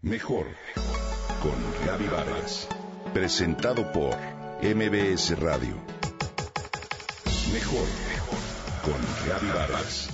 Mejor con Gaby Vargas. Presentado por MBS Radio. Mejor con Gaby Vargas.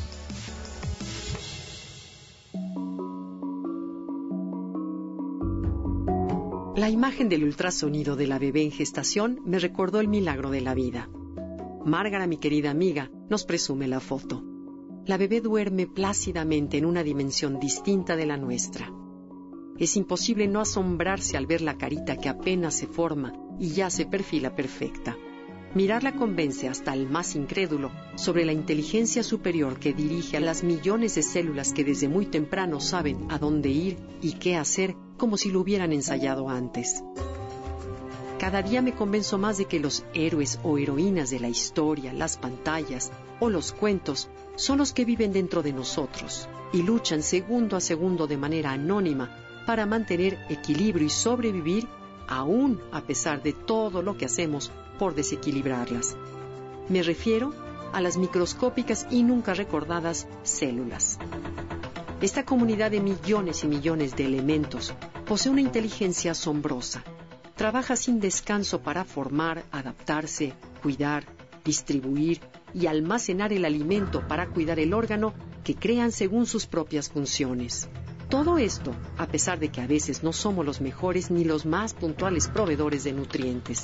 La imagen del ultrasonido de la bebé en gestación me recordó el milagro de la vida. Márgara, mi querida amiga, nos presume la foto. La bebé duerme plácidamente en una dimensión distinta de la nuestra. Es imposible no asombrarse al ver la carita que apenas se forma y ya se perfila perfecta. Mirarla convence hasta al más incrédulo sobre la inteligencia superior que dirige a las millones de células que desde muy temprano saben a dónde ir y qué hacer como si lo hubieran ensayado antes. Cada día me convenzo más de que los héroes o heroínas de la historia, las pantallas o los cuentos son los que viven dentro de nosotros y luchan segundo a segundo de manera anónima para mantener equilibrio y sobrevivir aún a pesar de todo lo que hacemos por desequilibrarlas. Me refiero a las microscópicas y nunca recordadas células. Esta comunidad de millones y millones de elementos posee una inteligencia asombrosa. Trabaja sin descanso para formar, adaptarse, cuidar, distribuir y almacenar el alimento para cuidar el órgano que crean según sus propias funciones. Todo esto, a pesar de que a veces no somos los mejores ni los más puntuales proveedores de nutrientes.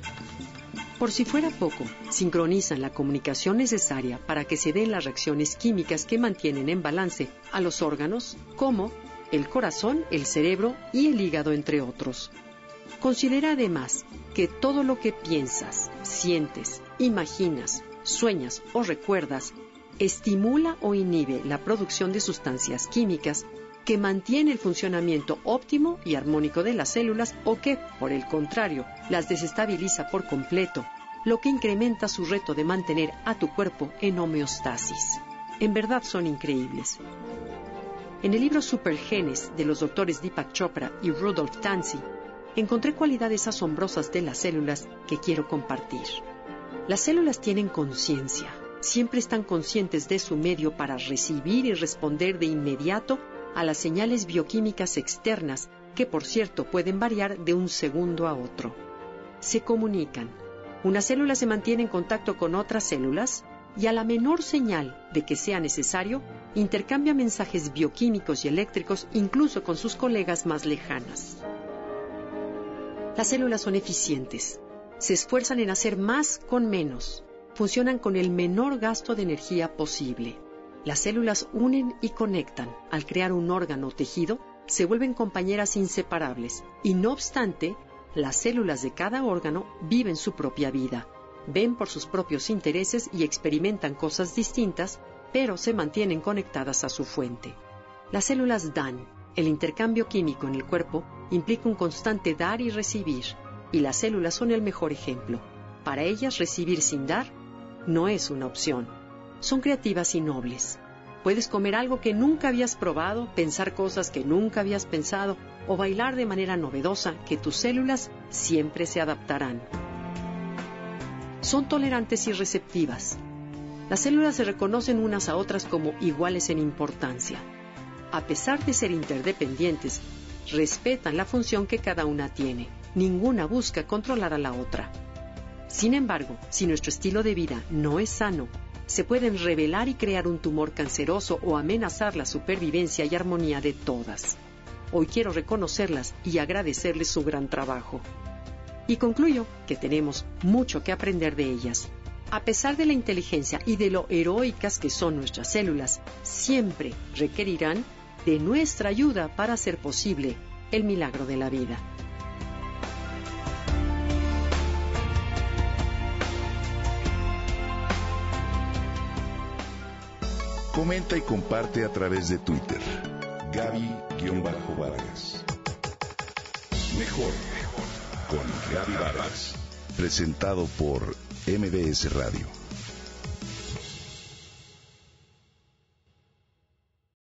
Por si fuera poco, sincronizan la comunicación necesaria para que se den las reacciones químicas que mantienen en balance a los órganos, como el corazón, el cerebro y el hígado, entre otros. Considera además que todo lo que piensas, sientes, imaginas, sueñas o recuerdas estimula o inhibe la producción de sustancias químicas que mantiene el funcionamiento óptimo y armónico de las células o que, por el contrario, las desestabiliza por completo, lo que incrementa su reto de mantener a tu cuerpo en homeostasis. En verdad son increíbles. En el libro Supergenes de los doctores Deepak Chopra y Rudolf Tanzi, encontré cualidades asombrosas de las células que quiero compartir. Las células tienen conciencia, siempre están conscientes de su medio para recibir y responder de inmediato a las señales bioquímicas externas, que por cierto pueden variar de un segundo a otro. Se comunican. Una célula se mantiene en contacto con otras células y a la menor señal de que sea necesario, intercambia mensajes bioquímicos y eléctricos incluso con sus colegas más lejanas. Las células son eficientes. Se esfuerzan en hacer más con menos. Funcionan con el menor gasto de energía posible. Las células unen y conectan. Al crear un órgano o tejido, se vuelven compañeras inseparables. Y no obstante, las células de cada órgano viven su propia vida. Ven por sus propios intereses y experimentan cosas distintas, pero se mantienen conectadas a su fuente. Las células dan. El intercambio químico en el cuerpo implica un constante dar y recibir. Y las células son el mejor ejemplo. Para ellas, recibir sin dar no es una opción. Son creativas y nobles. Puedes comer algo que nunca habías probado, pensar cosas que nunca habías pensado o bailar de manera novedosa que tus células siempre se adaptarán. Son tolerantes y receptivas. Las células se reconocen unas a otras como iguales en importancia. A pesar de ser interdependientes, respetan la función que cada una tiene. Ninguna busca controlar a la otra. Sin embargo, si nuestro estilo de vida no es sano, se pueden revelar y crear un tumor canceroso o amenazar la supervivencia y armonía de todas. Hoy quiero reconocerlas y agradecerles su gran trabajo. Y concluyo que tenemos mucho que aprender de ellas. A pesar de la inteligencia y de lo heroicas que son nuestras células, siempre requerirán de nuestra ayuda para hacer posible el milagro de la vida. Comenta y comparte a través de Twitter. Gaby-Vargas. Mejor con Gaby Vargas. Presentado por MBS Radio.